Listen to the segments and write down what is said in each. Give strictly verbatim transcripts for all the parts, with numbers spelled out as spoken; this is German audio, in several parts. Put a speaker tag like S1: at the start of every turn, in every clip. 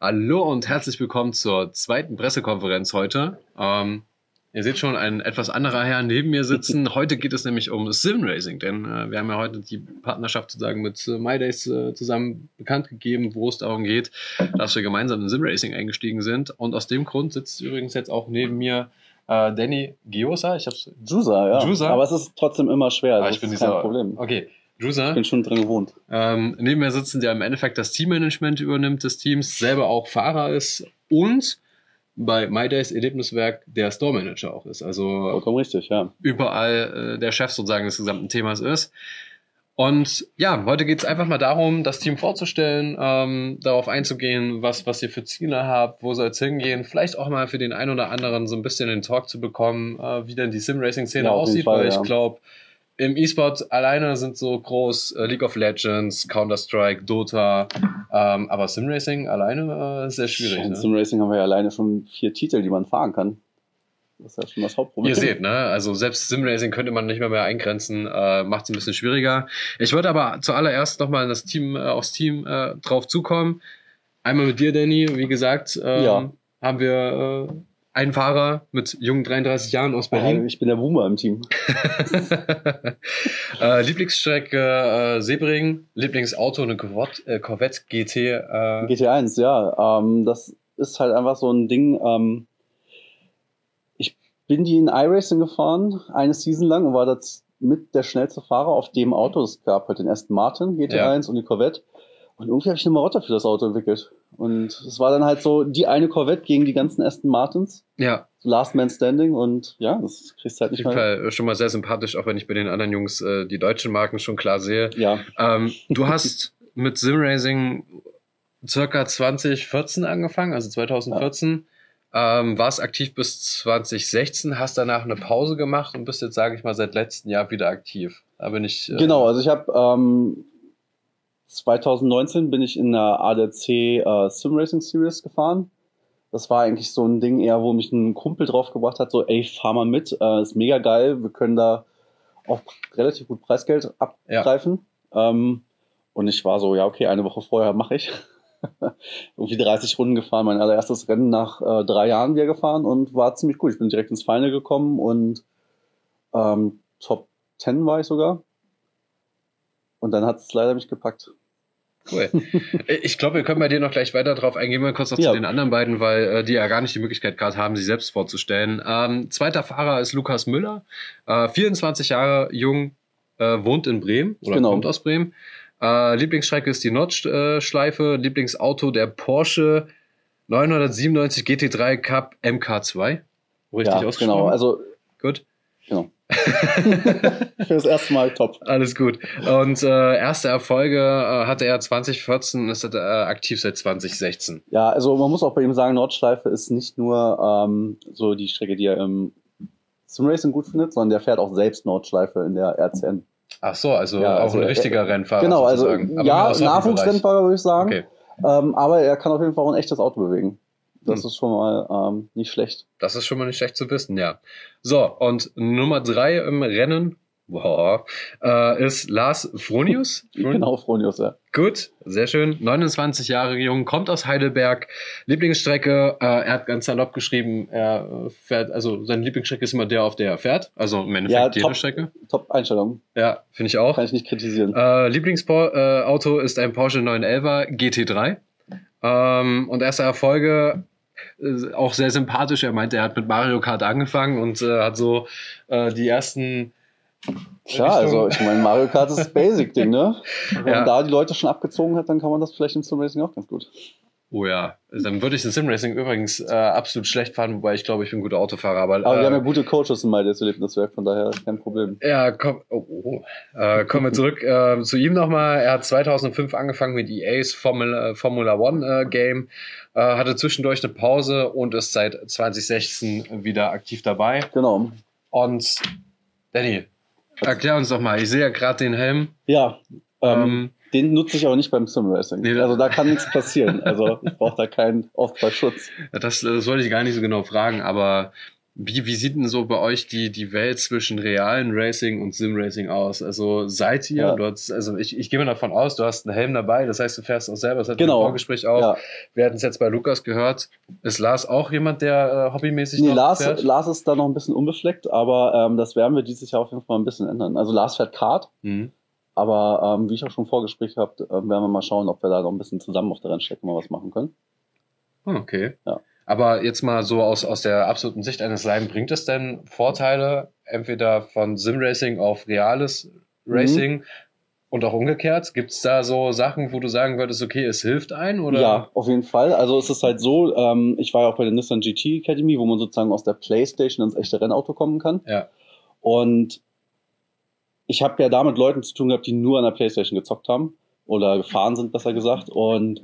S1: Hallo und herzlich willkommen zur zweiten Pressekonferenz heute. Ähm, ihr seht schon, ein etwas anderer Herr neben mir sitzen. Heute geht es nämlich um Simracing, denn äh, wir haben ja heute die Partnerschaft sozusagen mit äh, MyDays äh, zusammen bekannt gegeben, wo es darum geht, dass wir gemeinsam in Simracing eingestiegen sind. Und aus dem Grund sitzt übrigens jetzt auch neben mir äh, Danny Giosa. Ich hab's.
S2: Jusa, ja.
S1: Jusa?
S2: Aber es ist trotzdem immer schwer.
S1: Ah,
S2: Das
S1: ich bin
S2: ist
S1: dieser,
S2: kein Problem.
S1: Okay. Jusa,
S2: ich bin schon drin gewohnt.
S1: Ähm, neben mir sitzen, der im Endeffekt das Teammanagement übernimmt des Teams, selber auch Fahrer ist und bei MyDays Erlebniswerk der Store Manager auch ist. Also
S2: vollkommen richtig, ja.
S1: Überall äh, der Chef sozusagen des gesamten Themas ist. Und ja, heute geht es einfach mal darum, das Team vorzustellen, ähm, darauf einzugehen, was, was ihr für Ziele habt, wo soll es hingehen, vielleicht auch mal für den einen oder anderen so ein bisschen den Talk zu bekommen, äh, wie denn die Sim-Racing-Szene
S2: ja,
S1: aussieht,
S2: Fall,
S1: weil ich
S2: ja.
S1: glaube, im E-Sport alleine sind so groß äh, League of Legends, Counter-Strike, Dota, ähm, aber Simracing alleine äh, ist sehr schwierig.
S2: Ja, in
S1: ne?
S2: Simracing haben wir ja alleine schon vier Titel, die man fahren kann. Das ist ja schon das Hauptproblem.
S1: Ihr seht, ne? Also selbst Simracing könnte man nicht mehr, mehr eingrenzen, äh, macht es ein bisschen schwieriger. Ich würde aber zuallererst nochmal das Team, äh, aufs Team äh, drauf zukommen. Einmal mit dir, Danny, wie gesagt, ähm, ja. haben wir äh, einen Fahrer mit jungen dreiunddreißig Jahren aus Berlin.
S2: Ja, ich bin der Boomer im Team.
S1: äh, Lieblingsstrecke äh, Sebring, Lieblingsauto eine Corvette, äh, Corvette G T. Äh.
S2: G T eins, ja. Ähm, das ist halt einfach so ein Ding. Ähm, ich bin die in iRacing gefahren, eine Season lang, und war das mit der schnellste Fahrer auf dem Auto. Es gab halt den Aston Martin G T eins ja. und die Corvette. Und irgendwie habe ich eine Marotte für das Auto entwickelt. Und es war dann halt so die eine Corvette gegen die ganzen Aston Martins.
S1: Ja.
S2: So Last Man Standing. Und ja, das kriegst du halt nicht
S1: mal. Auf jeden Fall schon mal sehr sympathisch, auch wenn ich bei den anderen Jungs äh, die deutschen Marken schon klar sehe.
S2: Ja.
S1: Ähm, du hast mit Simracing circa zwanzig vierzehn angefangen, also zwanzig vierzehn. Ja. Ähm, warst aktiv bis zwanzig sechzehn, hast danach eine Pause gemacht und bist jetzt, sage ich mal, seit letztem Jahr wieder aktiv. Da bin ich. Äh,
S2: genau, also ich habe ähm, zwanzig neunzehn bin ich in der A D A C äh, Sim Racing Series gefahren. Das war eigentlich so ein Ding eher, wo mich ein Kumpel drauf gebracht hat, so, ey, fahr mal mit, äh, ist mega geil, wir können da auch relativ gut Preisgeld abgreifen. Ja. Ähm, und ich war so, ja, okay, eine Woche vorher mache ich. Irgendwie dreißig Runden gefahren, mein allererstes Rennen nach äh, drei Jahren wieder gefahren und war ziemlich gut. Ich bin direkt ins Final gekommen und ähm, Top zehn war ich sogar. Und dann hat es leider mich gepackt.
S1: Cool. Ich glaube, wir können bei dir noch gleich weiter drauf eingehen, mal kurz noch ja. zu den anderen beiden, weil äh, die ja gar nicht die Möglichkeit gerade haben, sich selbst vorzustellen. Ähm, zweiter Fahrer ist Lukas Müller, äh, vierundzwanzig Jahre jung, äh, wohnt in Bremen oder
S2: genau.
S1: kommt aus Bremen. Äh, Lieblingsstrecke ist die Nordschleife, Lieblingsauto der Porsche neunhundertsiebenundneunzig G T drei Cup M K zwei.
S2: Richtig ja, ausgesprochen? Genau, also
S1: gut.
S2: Genau. Für das erste Mal top.
S1: Alles gut. Und äh, erste Erfolge äh, hatte er zwanzig vierzehn und ist äh, aktiv seit zwanzig sechzehn.
S2: Ja, also man muss auch bei ihm sagen, Nordschleife ist nicht nur ähm, so die Strecke, die er im Simracing gut findet, sondern der fährt auch selbst Nordschleife in der R C N.
S1: Ach so, also ja, auch also ein richtiger
S2: er,
S1: Rennfahrer
S2: genau,
S1: sozusagen.
S2: Also, ja, Nachwuchsrennfahrer würde ich sagen.
S1: Okay.
S2: Ähm, aber er kann auf jeden Fall auch ein echtes Auto bewegen. Das hm. ist schon mal ähm, nicht schlecht.
S1: Das ist schon mal nicht schlecht zu wissen, ja. So, und Nummer drei im Rennen wow, äh, ist Lars Fronius.
S2: Genau, Fronius, ja.
S1: Gut, sehr schön. neunundzwanzig Jahre jung, kommt aus Heidelberg. Lieblingsstrecke, äh, er hat ganz salopp geschrieben, er fährt, also seine Lieblingsstrecke ist immer der, auf der er fährt. Also im Endeffekt
S2: ja,
S1: jede
S2: top,
S1: Strecke.
S2: Top-Einstellung.
S1: Ja, finde ich auch.
S2: Kann ich nicht kritisieren.
S1: Äh, Lieblingsauto ist ein Porsche neunhundertelfer G T drei. Ähm, und erste Erfolge äh, auch sehr sympathisch. Er meinte, er hat mit Mario Kart angefangen und äh, hat so äh, die ersten
S2: Klar, also ich meine, Mario Kart ist das Basic-Ding, ne? Wenn ja. man da die Leute schon abgezogen hat, dann kann man das vielleicht im Simracing auch ganz gut.
S1: Oh ja, dann würde ich in Simracing übrigens äh, absolut schlecht fahren, wobei ich glaube, ich bin ein guter Autofahrer. Aber,
S2: aber
S1: äh,
S2: wir haben ja gute Coaches in MyDays Erlebniswerk, von daher kein Problem.
S1: Ja, komm, oh, oh. Äh, kommen wir zurück äh, zu ihm nochmal. Er hat zweitausendfünf angefangen mit E A's Formula, Formula One äh, Game, äh, hatte zwischendurch eine Pause und ist seit zwanzig sechzehn wieder aktiv dabei.
S2: Genau.
S1: Und Danny, erklär uns doch mal, ich sehe ja gerade den Helm.
S2: Ja, ähm, ähm, den nutze ich aber nicht beim Simracing. Nee, also da kann nichts passieren. Also ich brauche da keinen Aufprallschutz.
S1: Das, das wollte ich gar nicht so genau fragen, aber Wie, wie sieht denn so bei euch die, die Welt zwischen realen Racing und Sim-Racing aus? Also seid ihr,
S2: Ja.
S1: du hast, also ich, ich gehe mal davon aus, du hast einen Helm dabei, das heißt, du fährst auch selber, das hat
S2: Genau.
S1: im Vorgespräch auch.
S2: Ja.
S1: Wir hatten es jetzt bei Lukas gehört. Ist Lars auch jemand, der äh, hobbymäßig
S2: Nee,
S1: noch
S2: Lars,
S1: fährt?
S2: Lars ist da noch ein bisschen unbefleckt, aber ähm, das werden wir dieses Jahr auf jeden Fall ein bisschen ändern. Also Lars fährt Kart,
S1: Mhm.
S2: aber ähm, wie ich auch schon vorgespräch habt, äh, werden wir mal schauen, ob wir da noch ein bisschen zusammen auf der Rennstrecke mal was machen können.
S1: Ah, okay.
S2: Ja.
S1: Aber jetzt mal so aus, aus der absoluten Sicht eines Laien, bringt es denn Vorteile, entweder von Sim-Racing auf reales Racing
S2: Mhm.
S1: und auch umgekehrt? Gibt es da so Sachen, wo du sagen würdest, okay, es hilft ein? Oder?
S2: Ja, auf jeden Fall. Also es ist halt so, ähm, ich war ja auch bei der Nissan G T Academy, wo man sozusagen aus der Playstation ins echte Rennauto kommen kann.
S1: Ja.
S2: Und ich habe ja da mit Leuten zu tun gehabt, die nur an der Playstation gezockt haben oder gefahren sind, besser gesagt. Und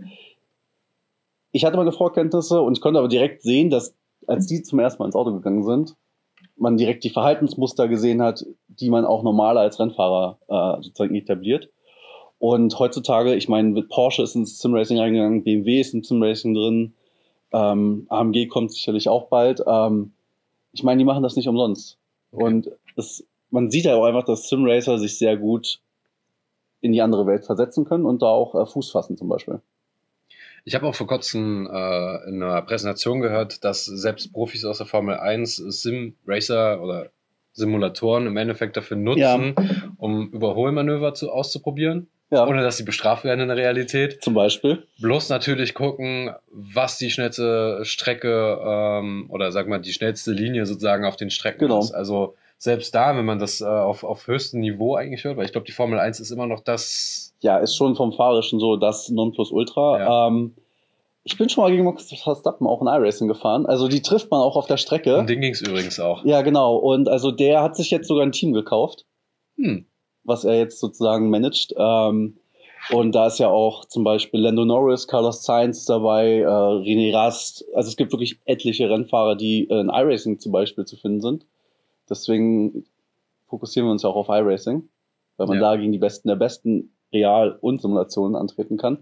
S2: ich hatte meine Vorkenntnisse und ich konnte aber direkt sehen, dass als die zum ersten Mal ins Auto gegangen sind, man direkt die Verhaltensmuster gesehen hat, die man auch normaler als Rennfahrer äh, sozusagen etabliert. Und heutzutage, ich meine, mit Porsche ist ins Simracing reingegangen, B M W ist im Simracing drin, ähm, A M G kommt sicherlich auch bald. Ähm, ich meine, die machen das nicht umsonst.
S1: Okay.
S2: Und es, man sieht ja auch einfach, dass Simracer sich sehr gut in die andere Welt versetzen können und da auch äh, Fuß fassen zum Beispiel.
S1: Ich habe auch vor kurzem äh, in einer Präsentation gehört, dass selbst Profis aus der Formel eins Sim-Racer oder Simulatoren im Endeffekt dafür nutzen,
S2: Ja.
S1: um Überholmanöver zu, auszuprobieren,
S2: Ja,
S1: ohne dass sie bestraft werden in der Realität.
S2: zum Beispiel.
S1: Bloß natürlich gucken, was die schnellste Strecke ähm, oder sag mal die schnellste Linie sozusagen auf den Strecken
S2: Genau.
S1: ist. Also selbst da, wenn man das äh, auf, auf höchstem Niveau eigentlich hört, weil ich glaube, die Formel eins ist immer noch das.
S2: Ja, ist schon vom Fahrerischen so das Nonplusultra.
S1: Ja.
S2: Ähm, ich bin schon mal gegen Max Verstappen auch in iRacing gefahren. Also die trifft man auch auf der Strecke.
S1: Um den ging es übrigens auch.
S2: Ja, genau. Und also der hat sich jetzt sogar ein Team gekauft,
S1: Hm.
S2: was er jetzt sozusagen managt. Ähm, und da ist ja auch zum Beispiel Lando Norris, Carlos Sainz dabei, äh, René Rast. Also es gibt wirklich etliche Rennfahrer, die in iRacing zum Beispiel zu finden sind. Deswegen fokussieren wir uns ja auch auf iRacing, weil man
S1: Ja.
S2: da gegen die Besten der Besten Real- und Simulationen antreten kann.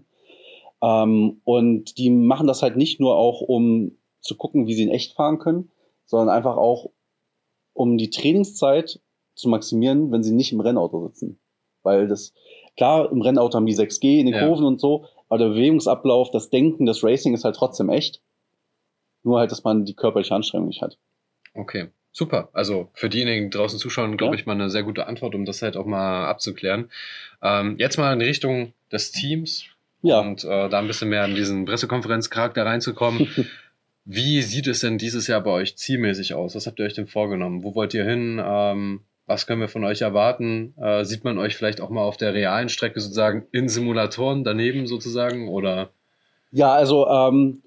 S2: Ähm, und die machen das halt nicht nur auch, um zu gucken, wie sie in echt fahren können, sondern einfach auch, um die Trainingszeit zu maximieren, wenn sie nicht im Rennauto sitzen. Weil das, klar, im Rennauto haben die sechs G in den
S1: Ja.
S2: Kurven und so, aber der Bewegungsablauf, das Denken, das Racing ist halt trotzdem echt. Nur halt, dass man die körperliche Anstrengung nicht hat.
S1: Okay, super. Also für diejenigen, die draußen zuschauen, glaube
S2: Ja.
S1: ich mal eine sehr gute Antwort, um das halt auch mal abzuklären. Ähm, jetzt mal in Richtung des Teams
S2: Ja.
S1: und äh, da ein bisschen mehr in diesen Pressekonferenzcharakter reinzukommen. Wie sieht es denn dieses Jahr bei euch zielmäßig aus? Was habt ihr euch denn vorgenommen? Wo wollt ihr hin? Ähm, was können wir von euch erwarten? Äh, sieht man euch vielleicht auch mal auf der realen Strecke sozusagen in Simulatoren daneben sozusagen? Oder?
S2: Ja, also, ähm,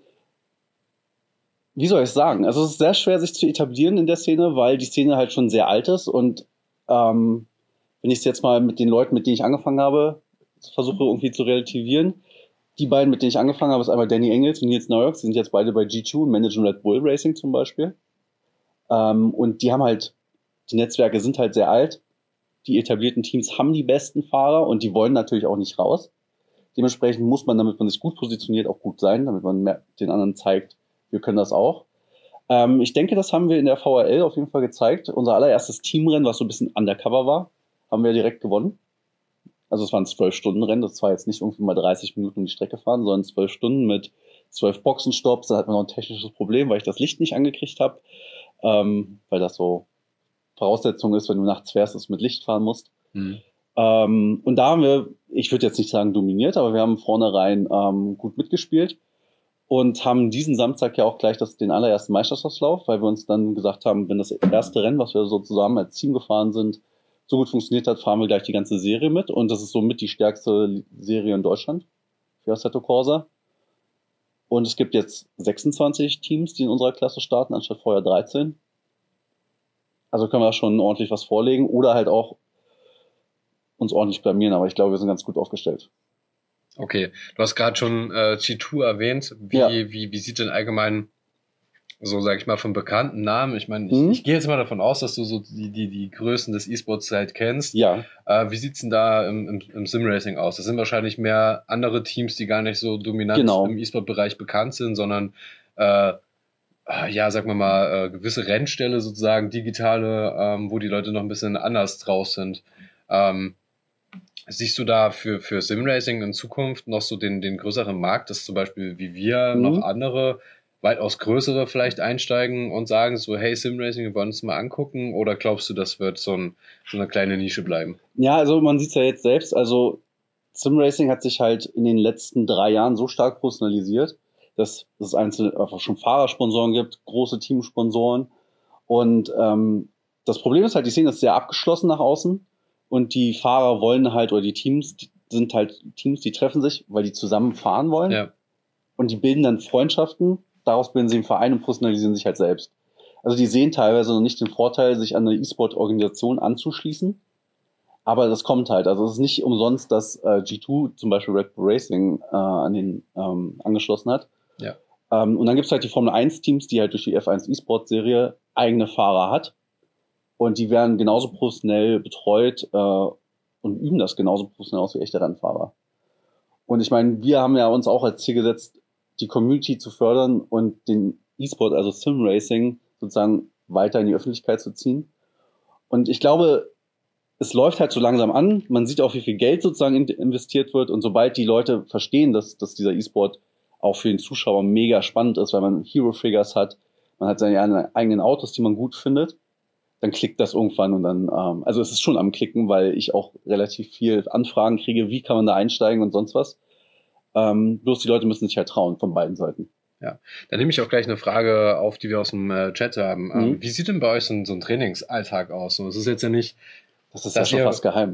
S2: wie soll ich sagen? Also es ist sehr schwer, sich zu etablieren in der Szene, weil die Szene halt schon sehr alt ist und ähm, wenn ich es jetzt mal mit den Leuten, mit denen ich angefangen habe, versuche irgendwie zu relativieren. Die beiden, mit denen ich angefangen habe, ist einmal Danny Engels und Nils Neuerk. Sie sind jetzt beide bei G zwei und managen Red Bull Racing zum Beispiel. Ähm, und die haben halt, die Netzwerke sind halt sehr alt. Die etablierten Teams haben die besten Fahrer und die wollen natürlich auch nicht raus. Dementsprechend muss man, damit man sich gut positioniert, auch gut sein, damit man mehr den anderen zeigt, wir können das auch. Ähm, ich denke, das haben wir in der V R L auf jeden Fall gezeigt. Unser allererstes Teamrennen, was so ein bisschen undercover war, haben wir direkt gewonnen. Also es war ein zwölf-Stunden-Rennen, das war jetzt nicht irgendwie mal dreißig Minuten um die Strecke fahren, sondern zwölf Stunden mit zwölf Boxenstopps. Da hat man noch ein technisches Problem, weil ich das Licht nicht angekriegt habe, ähm, weil das so Voraussetzung ist, wenn du nachts fährst, dass du mit Licht fahren musst.
S1: Hm.
S2: Ähm, und da haben wir, ich würde jetzt nicht sagen dominiert, aber wir haben vornherein ähm, gut mitgespielt und haben diesen Samstag ja auch gleich das, den allerersten Meisterschaftslauf, weil wir uns dann gesagt haben, wenn das erste Rennen, was wir so zusammen als Team gefahren sind, so gut funktioniert hat, fahren wir gleich die ganze Serie mit. Und das ist somit die stärkste Serie in Deutschland für Assetto Corsa. Und es gibt jetzt sechsundzwanzig Teams, die in unserer Klasse starten, anstatt vorher dreizehn. Also können wir schon ordentlich was vorlegen oder halt auch uns ordentlich blamieren. Aber ich glaube, wir sind ganz gut aufgestellt.
S1: Okay, du hast gerade schon äh, G zwei erwähnt. Wie,
S2: Ja.
S1: wie, wie sieht denn allgemein, so sage ich mal, von bekannten Namen? Ich meine, ich,
S2: Mhm.
S1: ich gehe jetzt mal davon aus, dass du so die, die, die Größen des E-Sports halt kennst.
S2: Ja,
S1: Äh, wie sieht's denn da im, im, im Sim-Racing aus? Das sind wahrscheinlich mehr andere Teams, die gar nicht so dominant
S2: Genau.
S1: im E-Sport-Bereich bekannt sind, sondern äh, äh, ja, sagen wir mal, äh, gewisse Rennställe sozusagen, digitale, ähm, wo die Leute noch ein bisschen anders draus sind. Ähm, siehst du da für, für Simracing in Zukunft noch so den, den größeren Markt, dass zum Beispiel wie wir noch
S2: Mhm.
S1: andere, weitaus größere vielleicht einsteigen und sagen so, hey, Simracing, wir wollen uns mal angucken? Oder glaubst du, das wird so, ein, so eine kleine Nische bleiben?
S2: Ja, also man sieht es ja jetzt selbst, also Simracing hat sich halt in den letzten drei Jahren so stark professionalisiert, dass es einzelne einfach schon Fahrersponsoren gibt, große Teamsponsoren. Und ähm, das Problem ist halt, die Szene ist sehr abgeschlossen nach außen und die Fahrer wollen halt, oder die Teams, die sind halt Teams, die treffen sich, weil die zusammen fahren wollen.
S1: Ja,
S2: Und die bilden dann Freundschaften, daraus bilden sie einen Verein und professionalisieren sich halt selbst. Also die sehen teilweise noch nicht den Vorteil, sich an eine E-Sport-Organisation anzuschließen. Aber das kommt halt. Also es ist nicht umsonst, dass äh, G zwei zum Beispiel Red Bull Racing äh, an den ähm, angeschlossen hat.
S1: ja.
S2: Ähm, und dann gibt's halt die Formel eins Teams, die halt durch die F eins E-Sport-Serie eigene Fahrer hat. Und die werden genauso professionell betreut äh, und üben das genauso professionell aus wie echte Rennfahrer. Und ich meine, wir haben ja uns auch als Ziel gesetzt, die Community zu fördern und den E-Sport, also Sim Racing, sozusagen weiter in die Öffentlichkeit zu ziehen. Und ich glaube, es läuft halt so langsam an. Man sieht auch, wie viel Geld sozusagen investiert wird. Und sobald die Leute verstehen, dass, dass dieser E-Sport auch für den Zuschauer mega spannend ist, weil man Hero-Figures hat, man hat seine eigenen Autos, die man gut findet, dann klickt das irgendwann und dann, ähm, also es ist schon am Klicken, weil ich auch relativ viel Anfragen kriege, wie kann man da einsteigen und sonst was. Ähm, bloß die Leute müssen sich halt trauen, von beiden Seiten.
S1: Ja, dann nehme ich auch gleich eine Frage auf, die wir aus dem äh, Chat haben.
S2: Mhm.
S1: Ähm, wie sieht denn bei euch so ein, so ein Trainingsalltag aus? So, es ist jetzt ja nicht,
S2: Das ist
S1: dass
S2: ja schon
S1: ihr-
S2: fast geheim.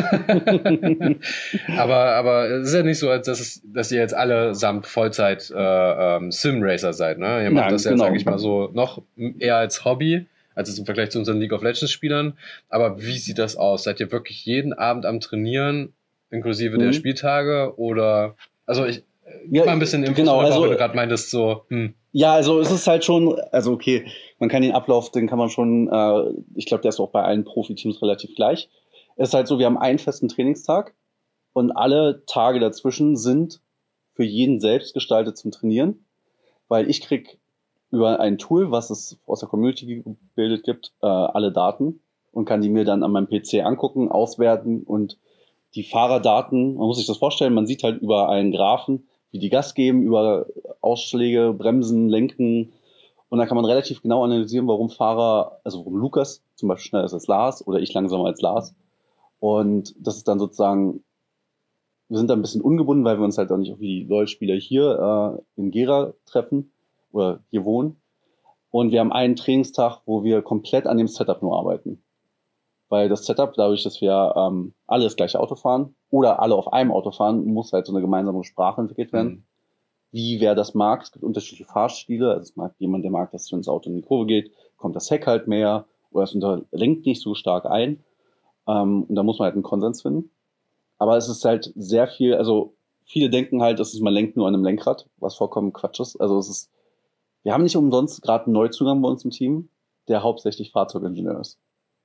S1: aber, aber es ist ja nicht so, als dass, es, dass ihr jetzt alle samt Vollzeit äh, ähm, Sim-Racer seid. Ne? Ihr macht
S2: Nein,
S1: das ja,
S2: genau.
S1: sage ich mal so, noch eher als Hobby, als es im Vergleich zu unseren League of Legends-Spielern. Aber wie sieht das aus? Seid ihr wirklich jeden Abend am Trainieren, inklusive
S2: Mhm.
S1: der Spieltage? Oder, also ich, gib
S2: Ja,
S1: mal ein bisschen Infos,
S2: genau,
S1: drüber,
S2: also-
S1: weil du gerade meintest, so, hm,
S2: Ja, also es ist halt schon, also okay, man kann den Ablauf, den kann man schon, äh, ich glaube, der ist auch bei allen Profiteams relativ gleich. Es ist halt so, wir haben einen festen Trainingstag und alle Tage dazwischen sind für jeden selbst gestaltet zum Trainieren, weil ich krieg über ein Tool, was es aus der Community gebildet gibt, äh, alle Daten und kann die mir dann an meinem P C angucken, auswerten und die Fahrerdaten, man muss sich das vorstellen, man sieht halt über einen Graphen, wie die Gas geben, über Ausschläge, Bremsen, Lenken. Und dann kann man relativ genau analysieren, warum Fahrer, also warum Lukas zum Beispiel schneller ist als Lars oder ich langsamer als Lars. Und das ist dann sozusagen, wir sind da ein bisschen ungebunden, weil wir uns halt auch nicht wie die LoL-Spieler hier äh, in Gera treffen oder hier wohnen. Und wir haben einen Trainingstag, wo wir komplett an dem Setup nur arbeiten. Weil das Setup, dadurch, dass wir ähm, alle das gleiche Auto fahren oder alle auf einem Auto fahren, muss halt so eine gemeinsame Sprache entwickelt werden.
S1: Mhm.
S2: Wie wer das mag. Es gibt unterschiedliche Fahrstile. Also es mag jemand, der mag, dass wenn das Auto in die Kurve geht, kommt das Heck halt mehr oder es unter, lenkt nicht so stark ein. Ähm, und da muss man halt einen Konsens finden. Aber es ist halt sehr viel, also viele denken halt, dass es man lenkt nur an einem Lenkrad, was vollkommen Quatsch ist. Also es ist, wir haben nicht umsonst gerade einen Neuzugang bei uns im Team, der hauptsächlich Fahrzeugingenieur ist.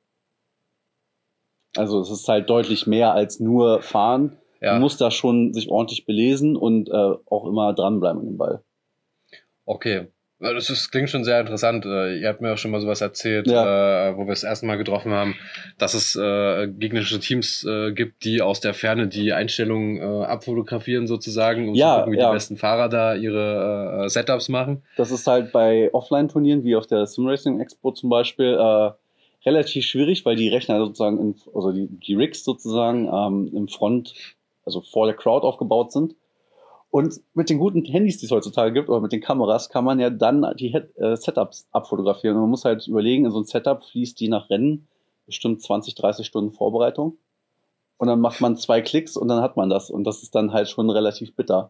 S2: Also es ist halt deutlich mehr als nur fahren.
S1: Ja.
S2: Man muss da schon sich ordentlich belesen und äh, auch immer dranbleiben an dem Ball.
S1: Okay. Das, ist, klingt schon sehr interessant. Äh, Ihr habt mir auch schon mal sowas erzählt,
S2: Ja.
S1: äh, wo wir das erste Mal getroffen haben, dass es äh, gegnerische Teams äh, gibt, die aus der Ferne die Einstellungen äh, abfotografieren sozusagen, um
S2: Ja,
S1: zu gucken, wie
S2: ja.
S1: die besten Fahrer da ihre äh, Setups machen.
S2: Das ist halt bei Offline-Turnieren, wie auf der Simracing Expo zum Beispiel, äh, relativ schwierig, weil die Rechner sozusagen, in, also die, die Rigs sozusagen ähm, im Front, also vor der Crowd aufgebaut sind. Und mit den guten Handys, die es heutzutage gibt, oder mit den Kameras, kann man ja dann die Head äh, Setups abfotografieren. Und man muss halt überlegen, in so ein Setup fließt je nach Rennen bestimmt zwanzig, dreißig Stunden Vorbereitung. Und dann macht man zwei Klicks und dann hat man das. Und das ist dann halt schon relativ bitter.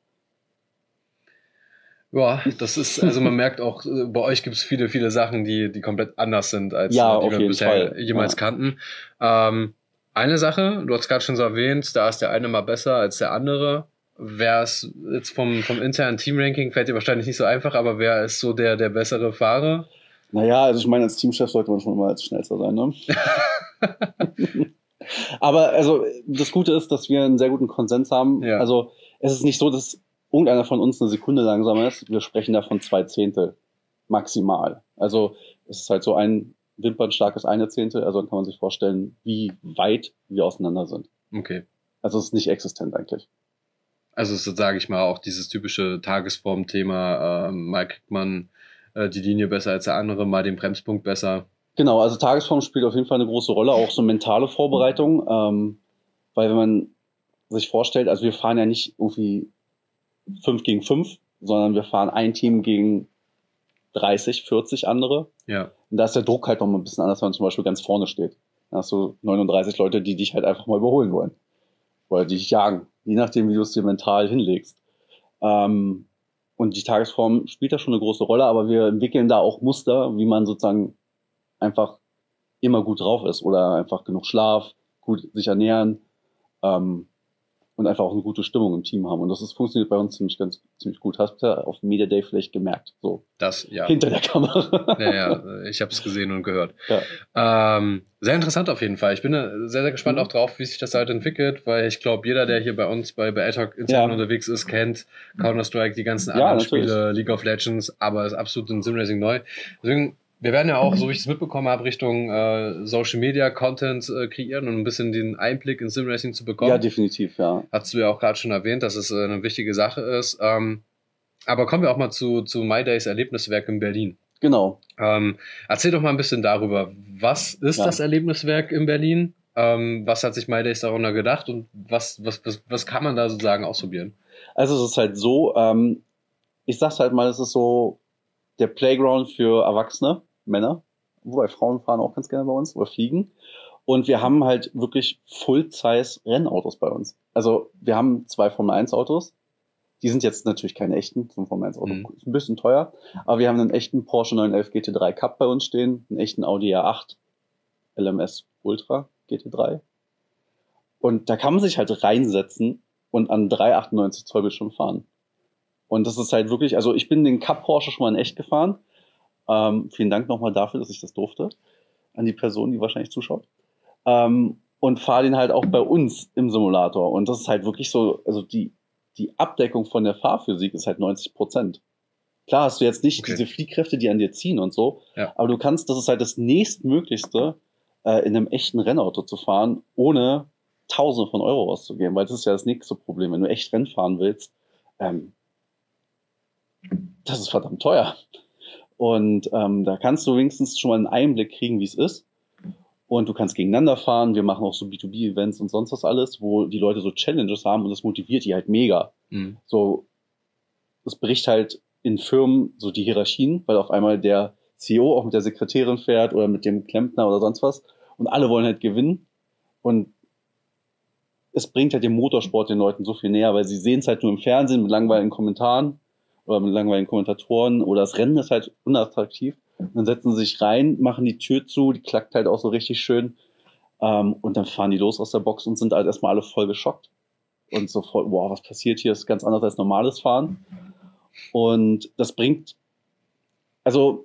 S1: Ja, das ist, also man merkt auch, äh, bei euch gibt es viele, viele Sachen, die, die komplett anders sind, als
S2: Ja,
S1: äh, die
S2: auf
S1: wir
S2: jeden
S1: bisher
S2: Fall.
S1: jemals
S2: Ja.
S1: kannten. Ähm, eine Sache, du hast gerade schon so erwähnt, da ist der eine mal besser als der andere. Wer ist jetzt vom, vom internen Teamranking, fällt dir wahrscheinlich nicht so einfach, aber wer ist so der, der bessere Fahrer?
S2: Naja, also ich meine, als Teamchef sollte man schon mal als Schnellster sein, ne? Aber also das Gute ist, dass wir einen sehr guten Konsens haben.
S1: Ja.
S2: Also es ist nicht so, dass irgendeiner von uns eine Sekunde langsamer ist. Wir sprechen da von zwei Zehntel. maximal. Also es ist halt so ein wimpernstarkes eine Zehntel, also dann kann man sich vorstellen, wie weit wir auseinander sind.
S1: Okay.
S2: Also es ist nicht existent eigentlich.
S1: Also so sage ich mal auch dieses typische Tagesform-Thema, äh, mal kriegt man äh, die Linie besser als der andere, mal den Bremspunkt besser.
S2: Genau, also Tagesform spielt auf jeden Fall eine große Rolle, auch so mentale Vorbereitung, ähm, weil wenn man sich vorstellt, also wir fahren ja nicht irgendwie fünf gegen fünf, sondern wir fahren ein Team gegen dreißig, vierzig andere.
S1: Ja.
S2: Und da ist der Druck halt noch mal ein bisschen anders, wenn man zum Beispiel ganz vorne steht. Da hast du neununddreißig Leute, die dich halt einfach mal überholen wollen. Oder die dich jagen, je nachdem, wie du es dir mental hinlegst. Ähm, und die Tagesform spielt da schon eine große Rolle, aber wir entwickeln da auch Muster, wie man sozusagen einfach immer gut drauf ist oder einfach genug Schlaf, gut sich ernähren, ähm, und einfach auch eine gute Stimmung im Team haben. Und das ist, funktioniert bei uns ziemlich, ganz, ziemlich gut. Hast du ja auf Media Day vielleicht gemerkt, so.
S1: Das, ja.
S2: Hinter der Kamera.
S1: Ja, ja, ich habe es gesehen und gehört.
S2: Ja.
S1: Ähm, sehr interessant auf jeden Fall. Ich bin sehr, sehr gespannt
S2: Mhm.
S1: auch drauf, wie sich das halt entwickelt, weil ich glaube, jeder, der hier bei uns bei, bei AdHoc Instagram
S2: Ja.
S1: unterwegs ist, kennt Counter-Strike, die ganzen
S2: Ja,
S1: anderen
S2: natürlich.
S1: Spiele, League of Legends, aber ist absolut in Simracing neu. Deswegen, wir werden ja auch, so wie ich es mitbekommen habe, Richtung äh, Social Media Content äh, kreieren und ein bisschen den Einblick in Simracing zu bekommen.
S2: Ja, definitiv, ja.
S1: Hast du ja auch gerade schon erwähnt, dass es äh, eine wichtige Sache ist. Ähm, aber kommen wir auch mal zu, zu My Days Erlebniswerk in Berlin.
S2: Genau.
S1: Ähm, erzähl doch mal ein bisschen darüber. Was ist
S2: Ja.
S1: das Erlebniswerk in Berlin? Ähm, was hat sich My Days darunter gedacht und was, was, was, was kann man da sozusagen ausprobieren?
S2: Also es ist halt so, ähm, ich sag's halt mal, es ist so der Playground für Erwachsene, Männer, wobei Frauen fahren auch ganz gerne bei uns oder fliegen. Und wir haben halt wirklich Full-Size-Rennautos bei uns. Also wir haben zwei Formel eins Autos. Die sind jetzt natürlich keine echten, so ein Formel eins Auto
S1: Mhm.
S2: ist ein bisschen teuer. Aber wir haben einen echten Porsche neun elf G T drei Cup bei uns stehen, einen echten Audi R acht L M S Ultra G T drei. Und da kann man sich halt reinsetzen und an drei Komma achtundneunzig Zoll Bildschirm fahren. Und das ist halt wirklich, also ich bin den Cup Porsche schon mal in echt gefahren. Ähm, vielen Dank nochmal dafür, dass ich das durfte. An die Person, die wahrscheinlich zuschaut. Ähm, und fahre den halt auch bei uns im Simulator. Und das ist halt wirklich so, also die, die Abdeckung von der Fahrphysik ist halt neunzig Prozent. Klar hast du jetzt nicht
S1: Okay.
S2: diese Fliehkräfte, die an dir ziehen und so,
S1: Ja.
S2: aber du kannst, das ist halt das nächstmöglichste, äh, in einem echten Rennauto zu fahren, ohne Tausende von Euro auszugeben, weil das ist ja das nächste Problem. Wenn du echt Rennen fahren willst, ähm, das ist verdammt teuer. Und ähm, da kannst du wenigstens schon mal einen Einblick kriegen, wie es ist. Und du kannst gegeneinander fahren. Wir machen auch so B zwei B-Events und sonst was alles, wo die Leute so Challenges haben und das motiviert die halt mega.
S1: Mhm.
S2: So, es bricht halt in Firmen so die Hierarchien, weil auf einmal der C E O auch mit der Sekretärin fährt oder mit dem Klempner oder sonst was. Und alle wollen halt gewinnen. Und es bringt halt den Motorsport den Leuten so viel näher, weil sie sehen es halt nur im Fernsehen mit langweiligen Kommentaren oder mit langweiligen Kommentatoren oder das Rennen ist halt unattraktiv. Und dann setzen sie sich rein, machen die Tür zu, die klackt halt auch so richtig schön. Ähm, und dann fahren die los aus der Box und sind halt erstmal alle voll geschockt. Und so voll, wow, was passiert hier? Das ist ganz anders als normales Fahren. Und das bringt, also,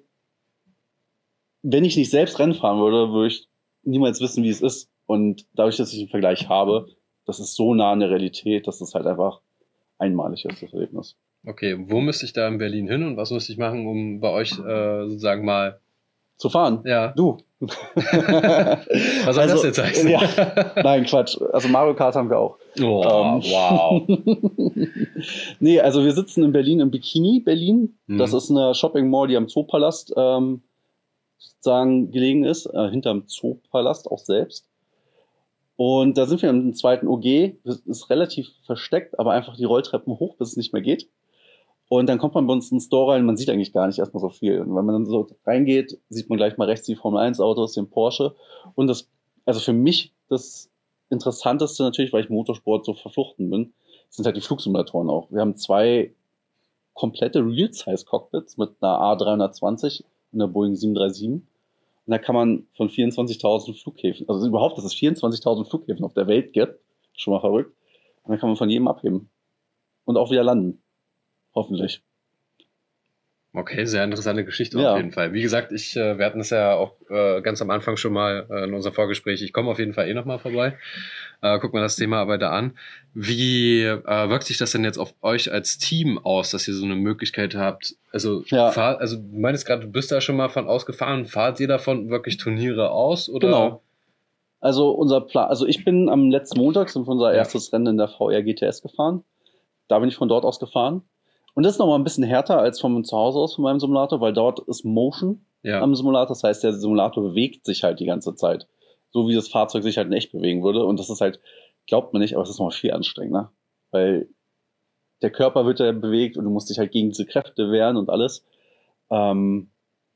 S2: wenn ich nicht selbst Rennen fahren würde, würde ich niemals wissen, wie es ist. Und dadurch, dass ich einen Vergleich habe, das ist so nah an der Realität, dass es halt einfach einmalig ist, das Erlebnis.
S1: Okay, wo müsste ich da in Berlin hin und was müsste ich machen, um bei euch äh, sozusagen mal
S2: Zu fahren?
S1: Ja.
S2: Du.
S1: Was soll
S2: Also,
S1: das jetzt heißen?
S2: Ja, nein, Quatsch. Also Mario Kart haben wir auch.
S1: Oh,
S2: Ähm,
S1: wow.
S2: Nee, also wir sitzen in Berlin, im Bikini Berlin.
S1: Mhm.
S2: Das ist eine Shopping Mall, die am Zoopalast ähm, sozusagen gelegen ist, äh, hinterm Zoopalast auch selbst. Und da sind wir im zweiten O G. Das ist relativ versteckt, aber einfach die Rolltreppen hoch, bis es nicht mehr geht. Und dann kommt man bei uns in den Store rein, man sieht eigentlich gar nicht erstmal so viel. Und wenn man dann so reingeht, sieht man gleich mal rechts die Formel eins Autos, den Porsche. Und das, also für mich das Interessanteste natürlich, weil ich Motorsport so verflochten bin, sind halt die Flugsimulatoren auch. Wir haben zwei komplette Real-Size-Cockpits mit einer A drei zwanzig und einer Boeing sieben drei sieben. Und da kann man von vierundzwanzigtausend Flughäfen, also überhaupt, dass es vierundzwanzigtausend Flughäfen auf der Welt gibt, schon mal verrückt. Und dann kann man von jedem abheben. Und auch wieder landen. Hoffentlich.
S1: Okay, sehr interessante Geschichte
S2: Ja.
S1: auf jeden Fall. Wie gesagt, ich, äh, wir hatten es ja auch äh, ganz am Anfang schon mal äh, in unserem Vorgespräch. Ich komme auf jeden Fall eh nochmal vorbei. Äh, guck mal das Thema aber da an. Wie äh, wirkt sich das denn jetzt auf euch als Team aus, dass ihr so eine Möglichkeit habt? Also,
S2: Ja.
S1: fahr, also du meinst gerade, du bist da schon mal von ausgefahren. Fahrt ihr davon wirklich Turniere aus? Oder?
S2: Genau. Also unser Plan, also ich bin am letzten Montag sind wir unser
S1: Ja.
S2: erstes Rennen in der V R G T S gefahren. Da bin ich von dort aus gefahren. Und das ist nochmal ein bisschen härter als von zu Hause aus von meinem Simulator, weil dort ist Motion
S1: Ja.
S2: am Simulator. Das heißt, der Simulator bewegt sich halt die ganze Zeit. So wie das Fahrzeug sich halt in echt bewegen würde. Und das ist halt, glaubt man nicht, aber es ist nochmal viel anstrengender. Weil der Körper wird ja bewegt und du musst dich halt gegen diese Kräfte wehren und alles. Ähm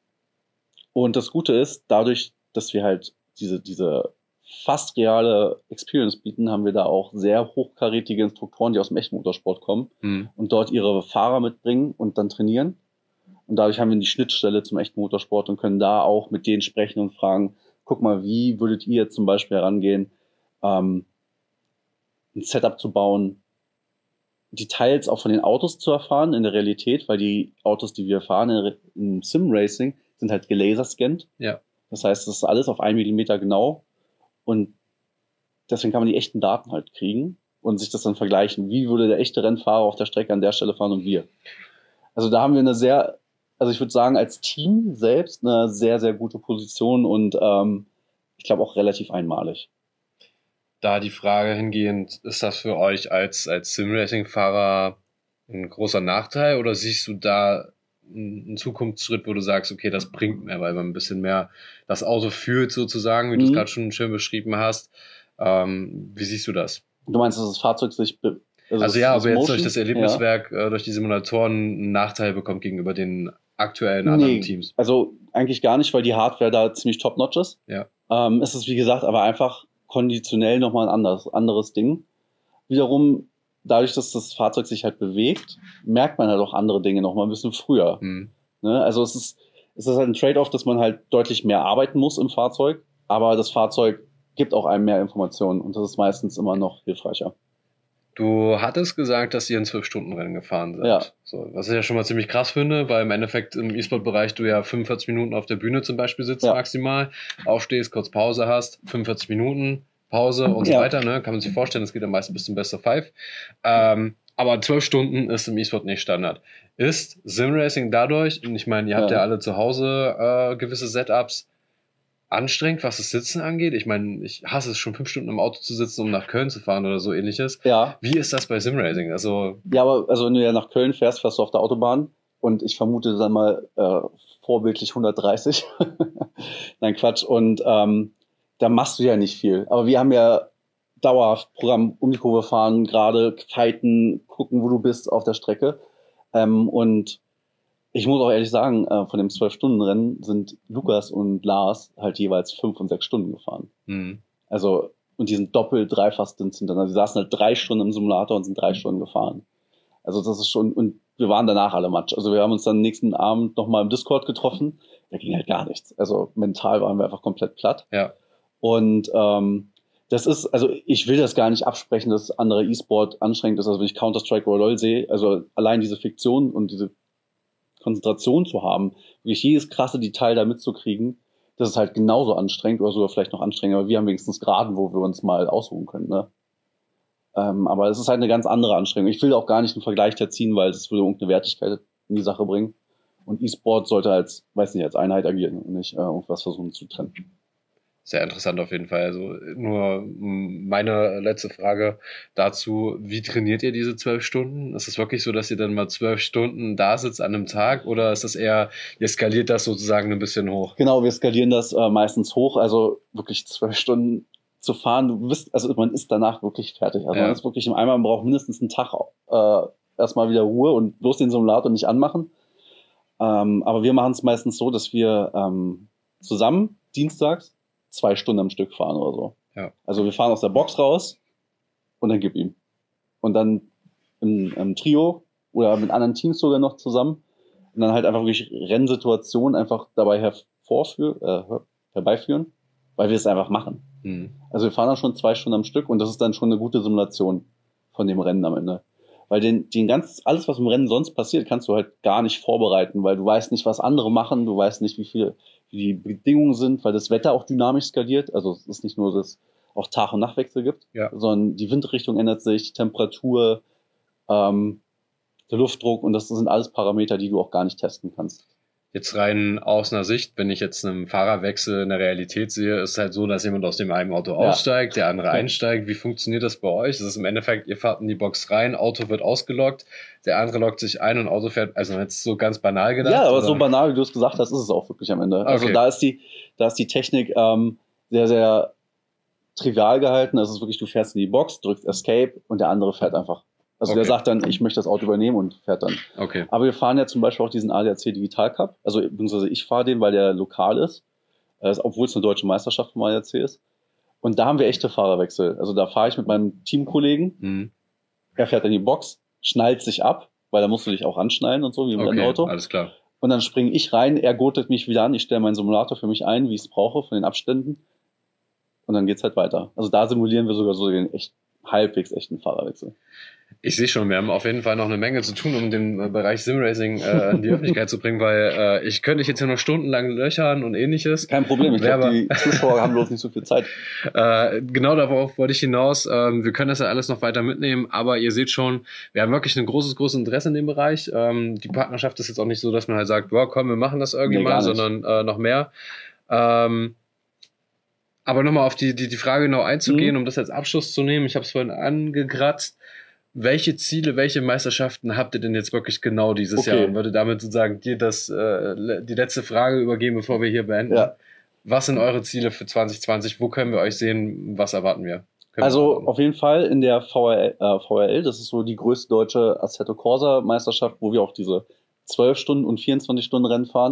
S2: und das Gute ist, dadurch, dass wir halt diese, diese fast reale Experience bieten, haben wir da auch sehr hochkarätige Instruktoren, die aus dem echten Motorsport kommen
S1: Hm.
S2: und dort ihre Fahrer mitbringen und dann trainieren. Und dadurch haben wir die Schnittstelle zum echten Motorsport und können da auch mit denen sprechen und fragen, guck mal, wie würdet ihr jetzt zum Beispiel herangehen, ähm, ein Setup zu bauen, Details auch von den Autos zu erfahren in der Realität, weil die Autos, die wir fahren in- im Sim-Racing, sind halt gelaserscannt.
S1: Ja.
S2: Das heißt, das ist alles auf einen Millimeter genau und deswegen kann man die echten Daten halt kriegen und sich das dann vergleichen. Wie würde der echte Rennfahrer auf der Strecke an der Stelle fahren und wir? Also da haben wir eine sehr, also ich würde sagen, als Team selbst eine sehr, sehr gute Position und ähm, ich glaube auch relativ einmalig.
S1: Da die Frage hingehend, ist das für euch als, als Sim-Racing-Fahrer ein großer Nachteil oder siehst du da einen Zukunftsschritt, wo du sagst, okay, das bringt mehr, weil man ein bisschen mehr das Auto fühlt sozusagen, wie du es
S2: Mhm.
S1: gerade schon schön beschrieben hast. Ähm, wie siehst du das?
S2: Du meinst, dass das Fahrzeug sich... Be
S1: Also,
S2: das-
S1: ja,
S2: das
S1: aber jetzt
S2: Motion?
S1: durch das Erlebniswerk, äh, durch die Simulatoren einen Nachteil bekommt gegenüber den aktuellen
S2: Ja.
S1: anderen
S2: Nee,
S1: Teams.
S2: also eigentlich gar nicht, weil die Hardware da ziemlich top-notch ist.
S1: Ja.
S2: Ähm, ist es, wie gesagt, aber einfach konditionell nochmal ein anderes, anderes Ding. Wiederum, dadurch, dass das Fahrzeug sich halt bewegt, merkt man halt auch andere Dinge nochmal ein bisschen früher.
S1: Hm.
S2: Ne? Also es ist, es ist halt ein Trade-off, dass man halt deutlich mehr arbeiten muss im Fahrzeug, aber das Fahrzeug gibt auch einem mehr Informationen und das ist meistens immer noch hilfreicher.
S1: Du hattest gesagt, dass ihr ein zwölf-Stunden-Rennen gefahren seid.
S2: Ja.
S1: So, was ich ja schon mal ziemlich krass finde, weil im Endeffekt im E-Sport-Bereich du ja fünfundvierzig Minuten auf der Bühne zum Beispiel sitzt
S2: Ja.
S1: maximal, aufstehst, kurz Pause hast, fünfundvierzig Minuten, Pause und so
S2: Ja.
S1: weiter, ne? Kann man sich vorstellen, das geht am meisten bis zum Best of Five. Ähm, aber zwölf Stunden ist im E-Sport nicht Standard. Ist Sim-Racing dadurch, und ich meine, ihr habt ja,
S2: Ja.
S1: alle zu Hause äh, gewisse Setups, anstrengend, was das Sitzen angeht? Ich meine, ich hasse es schon fünf Stunden im Auto zu sitzen, um nach Köln zu fahren oder so ähnliches.
S2: Ja.
S1: Wie ist das bei Simracing? Also,
S2: Ja, aber also wenn du ja nach Köln fährst, fährst du auf der Autobahn und ich vermute dann mal äh, vorbildlich hundertdreißig. Nein, Quatsch. Und ähm, da machst du ja nicht viel. Aber wir haben ja dauerhaft Programm um die Kurve fahren, gerade fighten, gucken, wo du bist auf der Strecke. Ähm, und ich muss auch ehrlich sagen, äh, von dem zwölf-Stunden-Rennen sind Lukas und Lars halt jeweils fünf und sechs Stunden gefahren.
S1: hm.
S2: Also, und die sind doppelt, dreifach Stints hintereinander. Die saßen halt drei Stunden im Simulator und sind drei Stunden gefahren. Also, das ist schon, und wir waren danach alle Matsch. Also, wir haben uns dann nächsten Abend nochmal im Discord getroffen. Da ging halt gar nichts. Also, mental waren wir einfach komplett platt.
S1: Ja.
S2: Und, ähm, das ist, also, ich will das gar nicht absprechen, dass andere E-Sport anstrengend ist. Also, wenn ich Counter-Strike oder LoL sehe, also, allein diese Fiktion und diese Konzentration zu haben, wirklich jedes krasse Detail da mitzukriegen, das ist halt genauso anstrengend oder sogar vielleicht noch anstrengender, aber wir haben wenigstens Geraden, wo wir uns mal ausruhen können. Ne? Ähm, aber es ist halt eine ganz andere Anstrengung. Ich will auch gar nicht einen Vergleich da ziehen, weil das würde irgendeine Wertigkeit in die Sache bringen. Und E-Sport sollte als, weiß nicht, als Einheit agieren und nicht äh, irgendwas versuchen zu trennen.
S1: Sehr interessant auf jeden Fall. Also nur m, meine letzte Frage dazu, wie trainiert ihr diese zwölf Stunden? Ist es wirklich so, dass ihr dann mal zwölf Stunden da sitzt an einem Tag oder ist das eher, ihr skaliert das sozusagen ein bisschen hoch?
S2: Genau, wir skalieren das äh, meistens hoch, also wirklich zwölf Stunden zu fahren. Du bist, also man ist danach wirklich fertig. Also
S1: Ja.
S2: man ist wirklich im Eimer, man braucht mindestens einen Tag äh, erstmal wieder Ruhe und bloß den Simulator nicht anmachen. Ähm, aber wir machen es meistens so, dass wir ähm, zusammen dienstags zwei Stunden am Stück fahren oder so.
S1: Ja.
S2: Also wir fahren aus der Box raus und dann gib ihm. Und dann im, im Trio oder mit anderen Teams sogar noch zusammen und dann halt einfach wirklich Rennsituationen einfach dabei hervorführen, äh, herbeiführen, weil wir es einfach machen.
S1: Hm.
S2: Also wir fahren dann schon zwei Stunden am Stück und das ist dann schon eine gute Simulation von dem Rennen am Ende. Weil den, den ganz, alles, was im Rennen sonst passiert, kannst du halt gar nicht vorbereiten, weil du weißt nicht, was andere machen, du weißt nicht, wie viele, wie die Bedingungen sind, weil das Wetter auch dynamisch skaliert. Also es ist nicht nur, dass es auch Tag- und Nachtwechsel gibt,
S1: ja.
S2: sondern die Windrichtung ändert sich, die Temperatur, ähm, der Luftdruck, und das sind alles Parameter, die du auch gar nicht testen kannst.
S1: Jetzt rein aus einer Sicht, wenn ich jetzt einen Fahrerwechsel in der Realität sehe, ist es halt so, dass jemand aus dem einen Auto
S2: Ja.
S1: aussteigt, der andere einsteigt. Wie funktioniert das bei euch? Das ist im Endeffekt, ihr fahrt in die Box rein, Auto wird ausgeloggt, der andere loggt sich ein und Auto fährt, also jetzt so ganz banal gedacht.
S2: Ja, aber
S1: oder?
S2: so banal, wie du es gesagt hast, ist es auch wirklich am Ende.
S1: Okay.
S2: Also da ist die, da ist die Technik ähm, sehr, sehr trivial gehalten. Das ist wirklich, du fährst in die Box, drückst Escape und der andere fährt einfach. Also
S1: Okay.
S2: der sagt dann, ich möchte das Auto übernehmen und fährt dann.
S1: Okay.
S2: Aber wir fahren ja zum Beispiel auch diesen A D A C Digital Cup. Also beziehungsweise ich fahre den, weil der lokal ist, äh, obwohl es eine deutsche Meisterschaft vom A D A C ist. Und da haben wir echte Fahrerwechsel. Also da fahre ich mit meinem Teamkollegen.
S1: Mhm.
S2: Er fährt in die Box, schnallt sich ab, weil da musst du dich auch anschnallen und so, wie im
S1: Okay,
S2: Rennauto.
S1: alles klar.
S2: Und dann springe ich rein, er gurtet mich wieder an, ich stelle meinen Simulator für mich ein, wie ich es brauche, von den Abständen. Und dann geht's halt weiter. Also da simulieren wir sogar so den echt, halbwegs echten Fahrerwechsel.
S1: Ich sehe schon, wir haben auf jeden Fall noch eine Menge zu tun, um den äh, Bereich Simracing äh, in die Öffentlichkeit zu bringen, weil äh, ich könnte dich jetzt hier noch stundenlang löchern und ähnliches.
S2: Kein Problem, ich glaube, die Zuschauer haben bloß nicht so viel Zeit.
S1: Äh, genau darauf wollte ich hinaus. Ähm, wir können das ja alles noch weiter mitnehmen, aber ihr seht schon, wir haben wirklich ein großes, großes Interesse in dem Bereich. Ähm, die Partnerschaft ist jetzt auch nicht so, dass man halt sagt, boah, komm, wir machen das irgendwie
S2: Nee,
S1: mal,
S2: gar nicht.
S1: sondern äh, noch mehr. Ähm, aber nochmal auf die, die, die Frage genau einzugehen,
S2: Mhm.
S1: um das als Abschluss zu nehmen. Ich habe es vorhin angekratzt. Welche Ziele, welche Meisterschaften habt ihr denn jetzt wirklich genau dieses
S2: Okay.
S1: Jahr? Und würde damit sozusagen dir das, äh, le- die letzte Frage übergeben, bevor wir hier beenden.
S2: Ja.
S1: Was sind eure Ziele für zwanzig zwanzig? Wo können wir euch sehen? Was erwarten wir? Können
S2: Also
S1: wir erwarten?
S2: auf jeden Fall in der V R L, äh, V R L, das ist so die größte deutsche Assetto Corsa Meisterschaft, wo wir auch diese zwölf Stunden und vierundzwanzig Stunden Rennen fahren.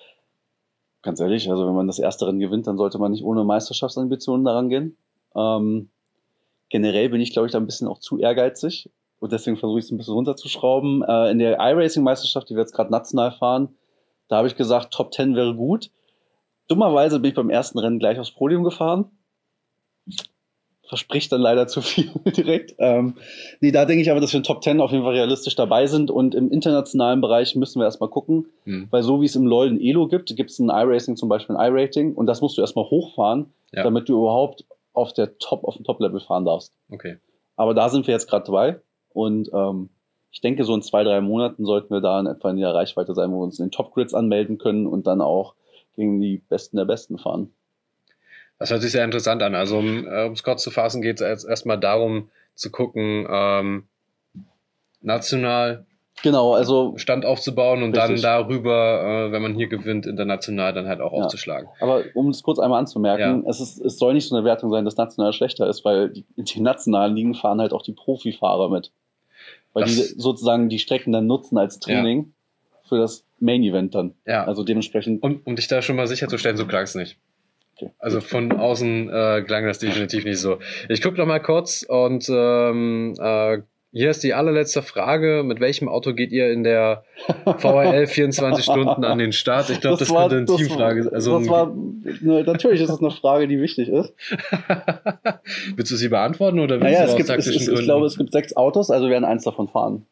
S2: Ganz ehrlich, also wenn man das erste Rennen gewinnt, dann sollte man nicht ohne Meisterschaftsambitionen daran gehen. Ähm, generell bin ich, glaube ich, da ein bisschen auch zu ehrgeizig und deswegen versuche ich es ein bisschen runterzuschrauben. Äh, in der iRacing-Meisterschaft, die wir jetzt gerade national fahren, da habe ich gesagt, Top zehn wäre gut. Dummerweise bin ich beim ersten Rennen gleich aufs Podium gefahren. Verspricht dann leider zu viel direkt. Ähm, nee, da denke ich aber, dass wir in Top zehn auf jeden Fall realistisch dabei sind, und im internationalen Bereich müssen wir erstmal gucken,
S1: Hm.
S2: weil so wie es im LoL ein Elo gibt, gibt es ein iRacing zum Beispiel ein iRating, und das musst du erstmal hochfahren,
S1: Ja.
S2: damit du überhaupt auf der Top, auf dem Top-Level fahren darfst.
S1: Okay.
S2: Aber da sind wir jetzt gerade dabei, und ähm, ich denke, so in zwei, drei Monaten sollten wir da in etwa in der Reichweite sein, wo wir uns in den Top-Grids anmelden können und dann auch gegen die Besten der Besten fahren.
S1: Das hört sich sehr interessant an. Also um es kurz zu fassen, geht es erstmal darum zu gucken, ähm, national
S2: Genau, also
S1: Stand aufzubauen und
S2: Richtig.
S1: dann darüber, äh, wenn man hier gewinnt, international dann halt auch
S2: Ja.
S1: aufzuschlagen.
S2: Aber um es kurz einmal anzumerken, es, ist, es soll nicht so eine Wertung sein, dass national schlechter ist, weil die, in den nationalen Ligen fahren halt auch die Profifahrer mit. Weil
S1: Das-
S2: die sozusagen die Strecken dann nutzen als Training für das Main-Event dann.
S1: Ja.
S2: Also dementsprechend.
S1: Und um dich da schon mal sicherzustellen, so klang es nicht.
S2: Okay.
S1: Also von außen äh, klang das definitiv nicht so. Ich gucke noch mal kurz und ähm, äh, hier ist die allerletzte Frage. Mit welchem Auto geht ihr in der V R L vierundzwanzig Stunden an den Start? Ich glaube, das,
S2: war-
S1: könnte eine
S2: das
S1: Teamfrage
S2: war-
S1: also
S2: das war, ne, natürlich ist das eine Frage, die wichtig ist.
S1: Willst du sie beantworten oder willst
S2: Naja,
S1: du
S2: es
S1: aus
S2: gibt, es,
S1: taktischen
S2: es,
S1: Gründen?
S2: ich glaube, es gibt sechs Autos, also wir werden eins davon fahren.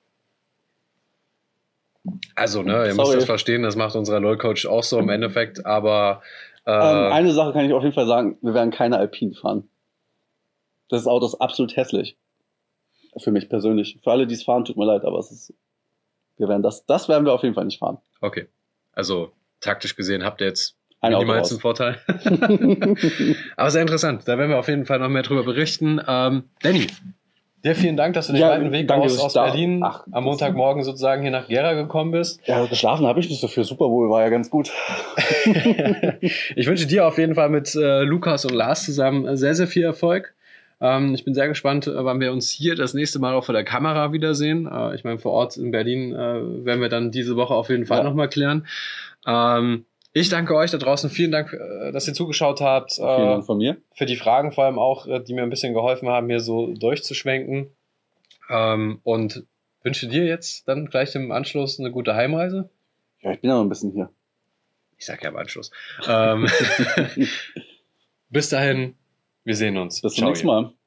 S1: also, ne, ihr müsst
S2: Sorry.
S1: das verstehen, das macht unser LoL-Coach auch so im Endeffekt, aber äh,
S2: Ähm, eine Sache kann ich auf jeden Fall sagen, wir werden keine Alpine fahren. Das Auto ist absolut hässlich. Für mich persönlich. Für alle, die es fahren, tut mir leid, aber es ist, wir werden das, das werden wir auf jeden Fall nicht fahren.
S1: okay. Also taktisch gesehen habt ihr jetzt
S2: Ein Auto
S1: minimalsten
S2: raus.
S1: Vorteil. Aber sehr interessant. Da werden wir auf jeden Fall noch mehr drüber berichten. Ähm, Danny, dir vielen Dank, dass du den
S2: Ja,
S1: weiten Weg
S2: danke,
S1: aus,
S2: dass ich
S1: aus
S2: da-
S1: Berlin
S2: Ach,
S1: am
S2: das-
S1: Montagmorgen sozusagen hier nach Gera gekommen bist.
S2: Ja, geschlafen habe ich nicht so viel. Super Bowl war ja ganz gut.
S1: Ich wünsche dir auf jeden Fall mit äh, Lukas und Lars zusammen äh, sehr, sehr viel Erfolg. Ähm, ich bin sehr gespannt, äh, wann wir uns hier das nächste Mal auch vor der Kamera wiedersehen. Äh, ich meine, vor Ort in Berlin äh, werden wir dann diese Woche auf jeden Fall
S2: Ja.
S1: nochmal klären. Ähm, ich danke euch da draußen. Vielen Dank, äh, dass ihr zugeschaut habt.
S2: Vielen
S1: Äh,
S2: Dank von mir.
S1: für die Fragen vor allem auch, äh, die mir ein bisschen geholfen haben, hier so durchzuschwenken. Ähm, und wünsche dir jetzt dann gleich im Anschluss eine gute Heimreise.
S2: Ja, ich bin ja noch ein bisschen hier.
S1: Ich sag ja im Anschluss. Ähm, bis dahin, wir sehen uns.
S2: Bis zum
S1: Ciao,
S2: nächsten
S1: ihr.
S2: Mal.